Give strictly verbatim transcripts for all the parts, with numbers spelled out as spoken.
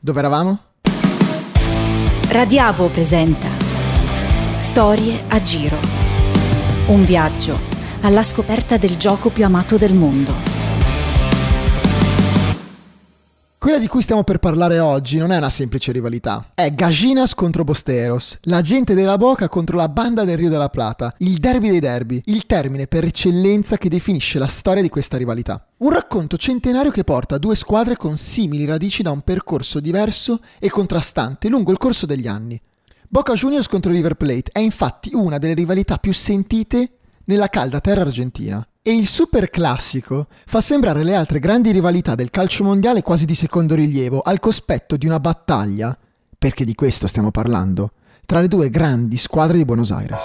Dove eravamo? Radiabo presenta Storie a giro. Un viaggio alla scoperta del gioco più amato del mondo. Quella di cui stiamo per parlare oggi non è una semplice rivalità. È Gallinas contro Bosteros, la gente della Boca contro la banda del Rio de la Plata, il derby dei derby, il termine per eccellenza che definisce la storia di questa rivalità. Un racconto centenario che porta due squadre con simili radici da un percorso diverso e contrastante lungo il corso degli anni. Boca Juniors contro River Plate è infatti una delle rivalità più sentite nella calda terra argentina. E il super classico fa sembrare le altre grandi rivalità del calcio mondiale quasi di secondo rilievo, al cospetto di una battaglia, perché di questo stiamo parlando, tra le due grandi squadre di Buenos Aires.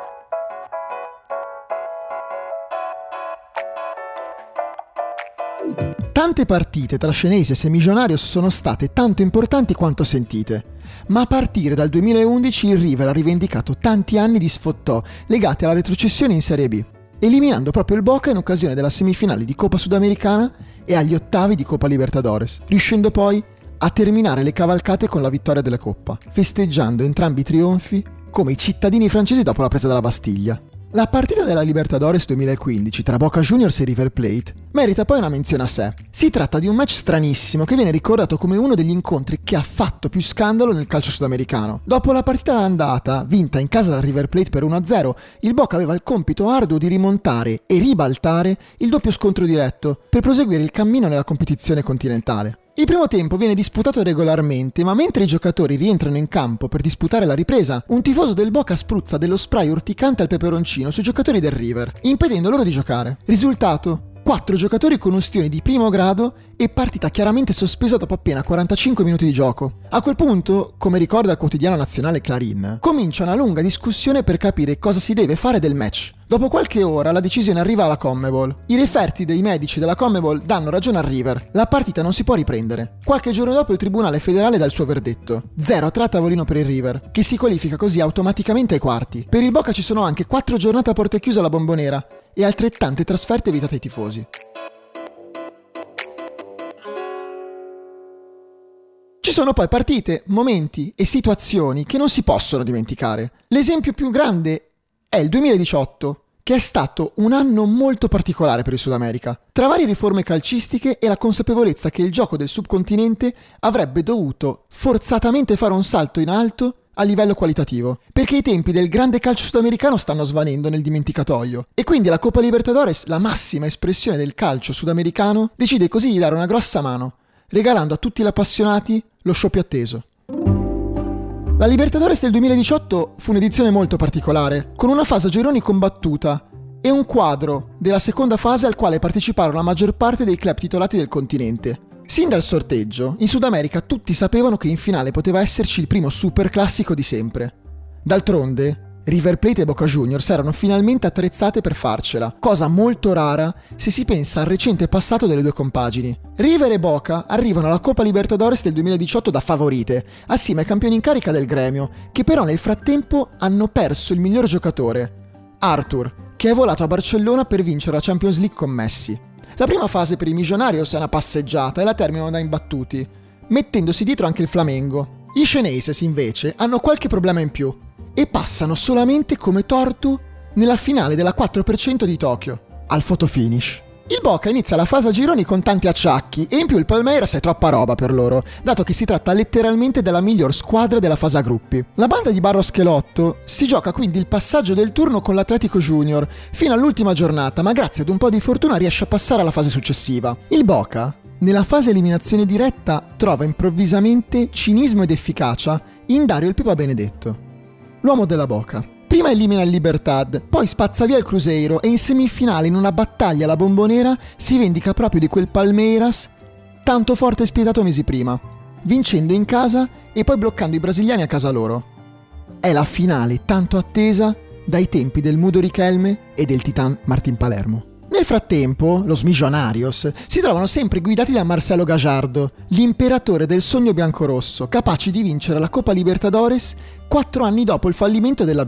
Tante partite tra Xeneize e Millonarios sono state tanto importanti quanto sentite, ma a partire dal duemilaundici il River ha rivendicato tanti anni di sfottò legati alla retrocessione in Serie B, eliminando proprio il Boca in occasione della semifinale di Coppa Sudamericana e agli ottavi di Coppa Libertadores, riuscendo poi a terminare le cavalcate con la vittoria della Coppa, festeggiando entrambi i trionfi come i cittadini francesi dopo la presa della Bastiglia. La partita della Libertadores duemilaquindici tra Boca Juniors e River Plate merita poi una menzione a sé. Si tratta di un match stranissimo che viene ricordato come uno degli incontri che ha fatto più scandalo nel calcio sudamericano. Dopo la partita andata, vinta in casa da River Plate per uno a zero, il Boca aveva il compito arduo di rimontare e ribaltare il doppio scontro diretto per proseguire il cammino nella competizione continentale. Il primo tempo viene disputato regolarmente, ma mentre i giocatori rientrano in campo per disputare la ripresa, un tifoso del Boca spruzza dello spray urticante al peperoncino sui giocatori del River, impedendo loro di giocare. Risultato: quattro giocatori con ustioni di primo grado e partita chiaramente sospesa dopo appena quarantacinque minuti di gioco. A quel punto, come ricorda il quotidiano nazionale Clarín, comincia una lunga discussione per capire cosa si deve fare del match. Dopo qualche ora la decisione arriva alla Conmebol. I referti dei medici della Conmebol danno ragione al River. La partita non si può riprendere. Qualche giorno dopo il Tribunale federale dà il suo verdetto. zero a tre a tavolino per il River, che si qualifica così automaticamente ai quarti. Per il Boca ci sono anche quattro giornate a porte chiuse alla Bombonera e altrettante trasferte evitate ai tifosi. Ci sono poi partite, momenti e situazioni che non si possono dimenticare. L'esempio più grande è il duemiladiciotto, che è stato un anno molto particolare per il Sud America. Tra varie riforme calcistiche e la consapevolezza che il gioco del subcontinente avrebbe dovuto forzatamente fare un salto in alto a livello qualitativo, perché i tempi del grande calcio sudamericano stanno svanendo nel dimenticatoio, e quindi la Coppa Libertadores, la massima espressione del calcio sudamericano, decide così di dare una grossa mano, regalando a tutti gli appassionati lo show più atteso. La Libertadores del duemiladiciotto fu un'edizione molto particolare, con una fase a gironi combattuta e un quadro della seconda fase al quale parteciparono la maggior parte dei club titolati del continente. Sin dal sorteggio, in Sud America tutti sapevano che in finale poteva esserci il primo super classico di sempre. D'altronde, River Plate e Boca Juniors erano finalmente attrezzate per farcela, cosa molto rara se si pensa al recente passato delle due compagini. River e Boca arrivano alla Coppa Libertadores del duemiladiciotto da favorite, assieme ai campioni in carica del gremio, che però nel frattempo hanno perso il miglior giocatore, Arthur, che è volato a Barcellona per vincere la Champions League con Messi. La prima fase per i Millonarios è una passeggiata e la terminano da imbattuti, mettendosi dietro anche il Flamengo. I Xeneize invece hanno qualche problema in più e passano solamente come torto nella finale della quattro per cento di Tokyo, al fotofinish. Il Boca inizia la fase a gironi con tanti acciacchi e in più il Palmeiras è troppa roba per loro, dato che si tratta letteralmente della miglior squadra della fase a gruppi. La banda di Barros Schelotto si gioca quindi il passaggio del turno con l'Atletico Junior fino all'ultima giornata, ma grazie ad un po' di fortuna riesce a passare alla fase successiva. Il Boca, nella fase eliminazione diretta, trova improvvisamente cinismo ed efficacia in Dario il Pipa Benedetto, l'uomo della Boca. Prima elimina il Libertad, poi spazza via il Cruzeiro e in semifinale, in una battaglia alla Bombonera, si vendica proprio di quel Palmeiras tanto forte e spietato mesi prima, vincendo in casa e poi bloccando i brasiliani a casa loro. È la finale tanto attesa dai tempi del Mudo Richelme e del Titan Martin Palermo. Nel frattempo, los Millonarios si trovano sempre guidati da Marcelo Gallardo, l'imperatore del sogno biancorosso, capace di vincere la Coppa Libertadores quattro anni dopo il fallimento della B.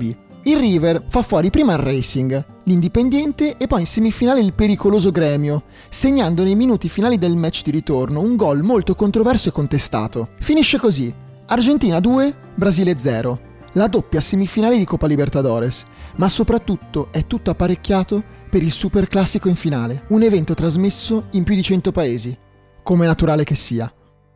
Il River fa fuori prima il Racing, l'Indipendiente e poi in semifinale il pericoloso Gremio, segnando nei minuti finali del match di ritorno un gol molto controverso e contestato. Finisce così: Argentina due, Brasile zero, la doppia semifinale di Coppa Libertadores, ma soprattutto è tutto apparecchiato per il Superclassico in finale, un evento trasmesso in più di cento paesi, come naturale che sia.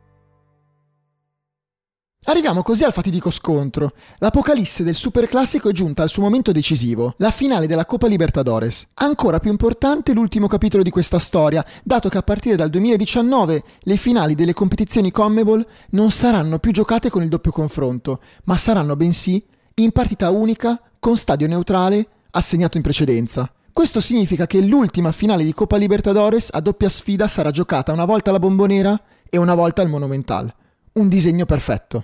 Arriviamo così al fatidico scontro. L'apocalisse del Superclassico è giunta al suo momento decisivo, la finale della Coppa Libertadores. Ancora più importante l'ultimo capitolo di questa storia, dato che a partire dal duemiladiciannove le finali delle competizioni CONMEBOL non saranno più giocate con il doppio confronto, ma saranno bensì in partita unica con stadio neutrale assegnato in precedenza. Questo significa che l'ultima finale di Coppa Libertadores a doppia sfida sarà giocata una volta alla Bombonera e una volta al Monumental. Un disegno perfetto.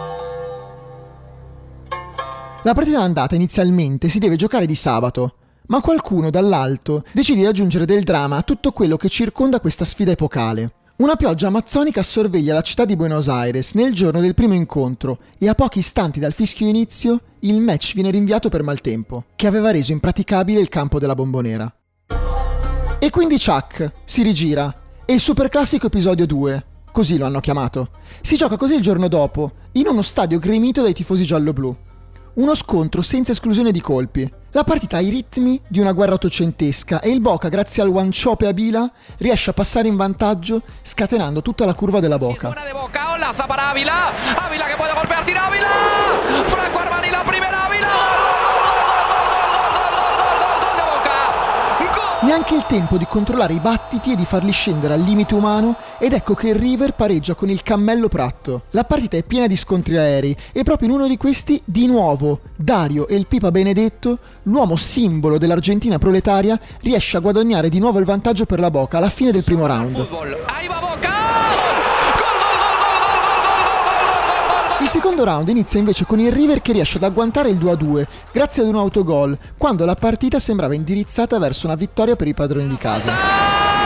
La partita d'andata inizialmente si deve giocare di sabato, ma qualcuno dall'alto decide di aggiungere del dramma a tutto quello che circonda questa sfida epocale. Una pioggia amazzonica sorveglia la città di Buenos Aires nel giorno del primo incontro e a pochi istanti dal fischio inizio il match viene rinviato per maltempo, che aveva reso impraticabile il campo della Bombonera. E quindi Chuck si rigira e il Superclassico episodio due, così lo hanno chiamato, si gioca così il giorno dopo, in uno stadio gremito dai tifosi giallo-blu. Uno scontro senza esclusione di colpi. La partita ha i ritmi di una guerra ottocentesca e il Boca, grazie al one-shot a Bila, riesce a passare in vantaggio scatenando tutta la curva della Boca. Buena de Boca, Olaza para Ávila, Ávila che puede golpear, tira Ávila, Franco Armani la primera, Ávila, Neanche il tempo di controllare i battiti e di farli scendere al limite umano, ed ecco che il River pareggia con il cammello Pratto. La partita è piena di scontri aerei e proprio in uno di questi, di nuovo, Dario El Pipa Benedetto, l'uomo simbolo dell'Argentina proletaria, riesce a guadagnare di nuovo il vantaggio per la Boca alla fine del primo round. Il secondo round inizia invece con il River che riesce ad agguantare il due a due grazie ad un autogol, quando la partita sembrava indirizzata verso una vittoria per i padroni di casa.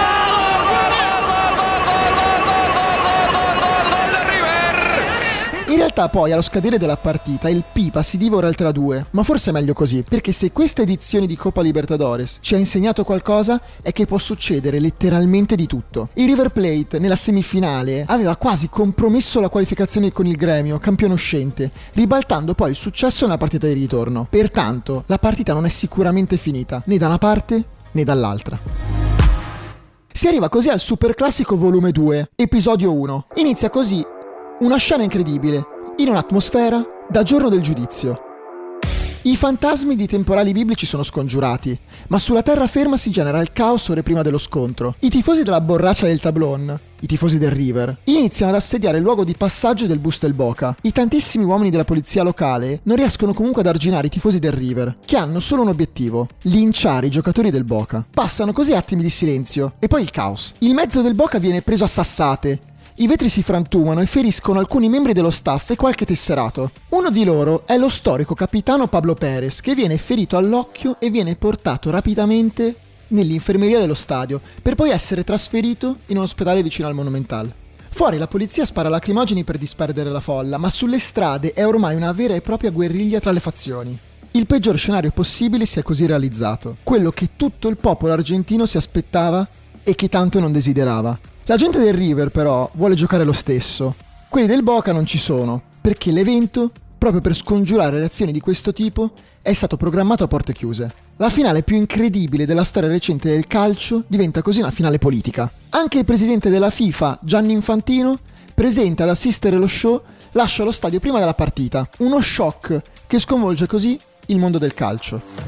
In realtà poi allo scadere della partita il Pipa si divora il tre a due, ma forse è meglio così, perché se questa edizione di Coppa Libertadores ci ha insegnato qualcosa è che può succedere letteralmente di tutto. Il River Plate nella semifinale aveva quasi compromesso la qualificazione con il Gremio, campione uscente, ribaltando poi il successo nella partita di ritorno. Pertanto la partita non è sicuramente finita, né da una parte né dall'altra. Si arriva così al Superclassico volume due, episodio uno. Inizia così una scena incredibile, in un'atmosfera da giorno del giudizio. I fantasmi di temporali biblici sono scongiurati, ma sulla terraferma si genera il caos ore prima dello scontro. I tifosi della borraccia del Tablon, i tifosi del River, iniziano ad assediare il luogo di passaggio del bus del Boca. I tantissimi uomini della polizia locale non riescono comunque ad arginare i tifosi del River, che hanno solo un obiettivo: linciare i giocatori del Boca. Passano così attimi di silenzio, e poi il caos. Il mezzo del Boca viene preso a sassate. I vetri si frantumano e feriscono alcuni membri dello staff e qualche tesserato. Uno di loro è lo storico capitano Pablo Perez, che viene ferito all'occhio e viene portato rapidamente nell'infermeria dello stadio, per poi essere trasferito in un ospedale vicino al Monumental. Fuori la polizia spara lacrimogeni per disperdere la folla, ma sulle strade è ormai una vera e propria guerriglia tra le fazioni. Il peggior scenario possibile si è così realizzato, quello che tutto il popolo argentino si aspettava e che tanto non desiderava. La gente del River però vuole giocare lo stesso. Quelli del Boca non ci sono, perché l'evento, proprio per scongiurare reazioni di questo tipo, è stato programmato a porte chiuse. La finale più incredibile della storia recente del calcio diventa così una finale politica. Anche il presidente della FIFA, Gianni Infantino, presente ad assistere allo show, lascia lo stadio prima della partita. Uno shock che sconvolge così il mondo del calcio.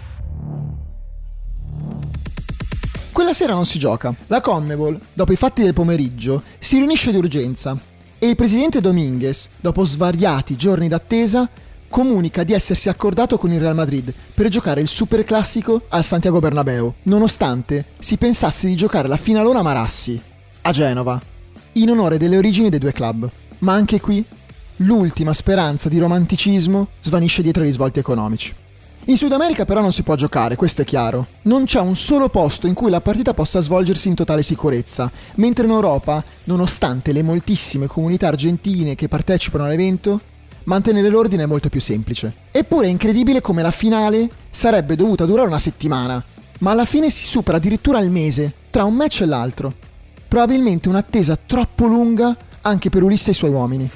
Quella sera non si gioca. La CONMEBOL, dopo i fatti del pomeriggio, si riunisce di urgenza e il presidente Dominguez, dopo svariati giorni d'attesa, comunica di essersi accordato con il Real Madrid per giocare il Superclassico al Santiago Bernabéu, nonostante si pensasse di giocare la finalona a Marassi, a Genova, in onore delle origini dei due club. Ma anche qui, l'ultima speranza di romanticismo svanisce dietro i risvolti economici. In Sud America però non si può giocare, questo è chiaro. Non c'è un solo posto in cui la partita possa svolgersi in totale sicurezza, mentre in Europa, nonostante le moltissime comunità argentine che partecipano all'evento, mantenere l'ordine è molto più semplice. Eppure è incredibile come la finale sarebbe dovuta durare una settimana, ma alla fine si supera addirittura il mese, tra un match e l'altro. Probabilmente un'attesa troppo lunga anche per Ulisse e i suoi uomini.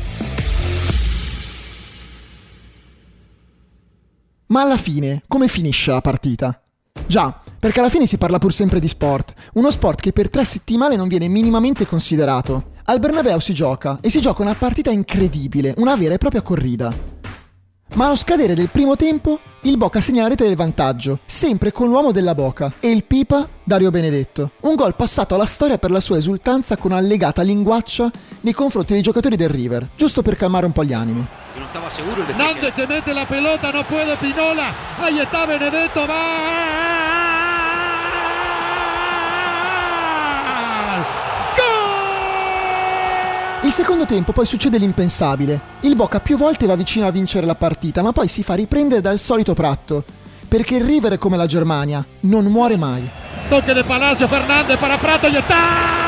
Ma alla fine, come finisce la partita? Già, perché alla fine si parla pur sempre di sport, uno sport che per tre settimane non viene minimamente considerato. Al Bernabéu si gioca, e si gioca una partita incredibile, una vera e propria corrida. Ma allo scadere del primo tempo, il Boca segna la rete del vantaggio, sempre con l'uomo della Boca, e il Pipa Dario Benedetto. Un gol passato alla storia per la sua esultanza con allegata linguaccia nei confronti dei giocatori del River, giusto per calmare un po' gli animi. Nández que mete la pelota, no puede Pinola, ahí está Benedetto, va! Il secondo tempo poi succede l'impensabile. Il Boca più volte va vicino a vincere la partita, ma poi si fa riprendere dal solito Pratto, perché il River è come la Germania, non muore mai. Toque de Palacio, Fernández para Pratto, y está!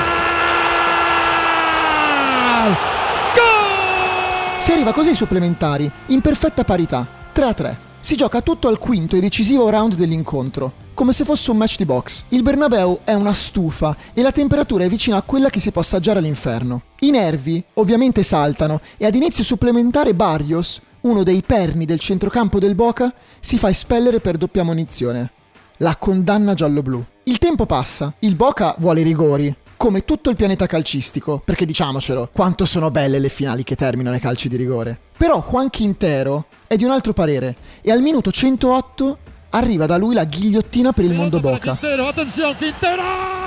Gol! Si arriva così ai supplementari, in perfetta parità, tre a tre. Si gioca tutto al quinto e decisivo round dell'incontro, come se fosse un match di box. Il Bernabéu è una stufa e la temperatura è vicina a quella che si può assaggiare all'inferno. I nervi ovviamente saltano e ad inizio supplementare Barrios, uno dei perni del centrocampo del Boca, si fa espellere per doppia ammonizione. La condanna giallo-blu. Il tempo passa, il Boca vuole i rigori, come tutto il pianeta calcistico, perché diciamocelo, quanto sono belle le finali che terminano ai calci di rigore. Però Juan Quintero è di un altro parere e al minuto centootto arriva da lui la ghigliottina per il mondo Boca. Quintero, attenzione, Quintero!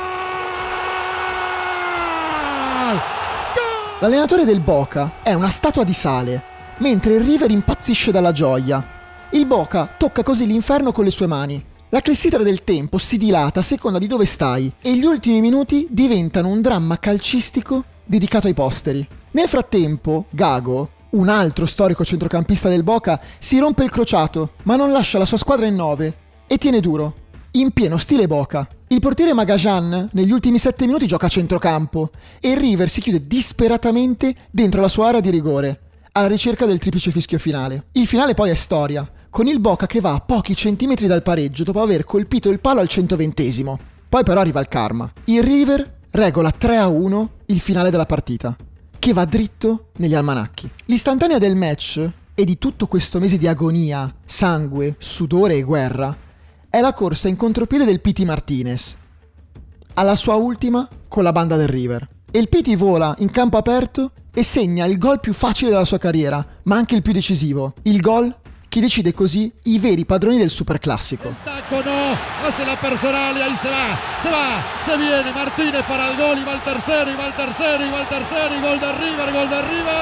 L'allenatore del Boca è una statua di sale, mentre il River impazzisce dalla gioia. Il Boca tocca così l'inferno con le sue mani. La clessidra del tempo si dilata a seconda di dove stai e gli ultimi minuti diventano un dramma calcistico dedicato ai posteri. Nel frattempo, Gago, un altro storico centrocampista del Boca, si rompe il crociato, ma non lascia la sua squadra in nove e tiene duro, in pieno stile Boca. Il portiere Magajan negli ultimi sette minuti gioca a centrocampo e il River si chiude disperatamente dentro la sua area di rigore, alla ricerca del triplice fischio finale. Il finale poi è storia, con il Boca che va a pochi centimetri dal pareggio dopo aver colpito il palo al centoventesimo. Poi però arriva il karma. Il River regola tre a uno il finale della partita, che va dritto negli almanacchi. L'istantanea del match e di tutto questo mese di agonia, sangue, sudore e guerra è la corsa in contropiede del Piti Martinez, alla sua ultima con la banda del River. E il Piti vola in campo aperto e segna il gol più facile della sua carriera, ma anche il più decisivo, il gol che decide così i veri padroni del superclassico. El taco no, hace la personal y ahí se va, se va, se viene Martínez para el gol y va el tercero, y va el tercero, y va el tercero, y gol de River, gol de River.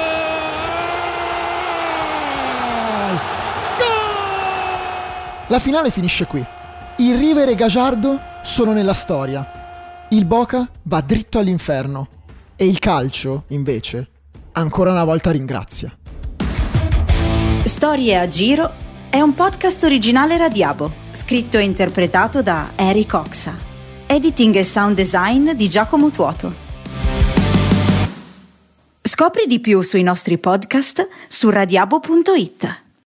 Gol! La finale finisce qui. Il River e Gallardo sono nella storia. Il Boca va dritto all'inferno. E il calcio, invece, ancora una volta ringrazia. Storie a giro è un podcast originale Radiabo, scritto e interpretato da Eric Oxa. Editing e sound design di Giacomo Tuoto. Scopri di più sui nostri podcast su radiabo punto it.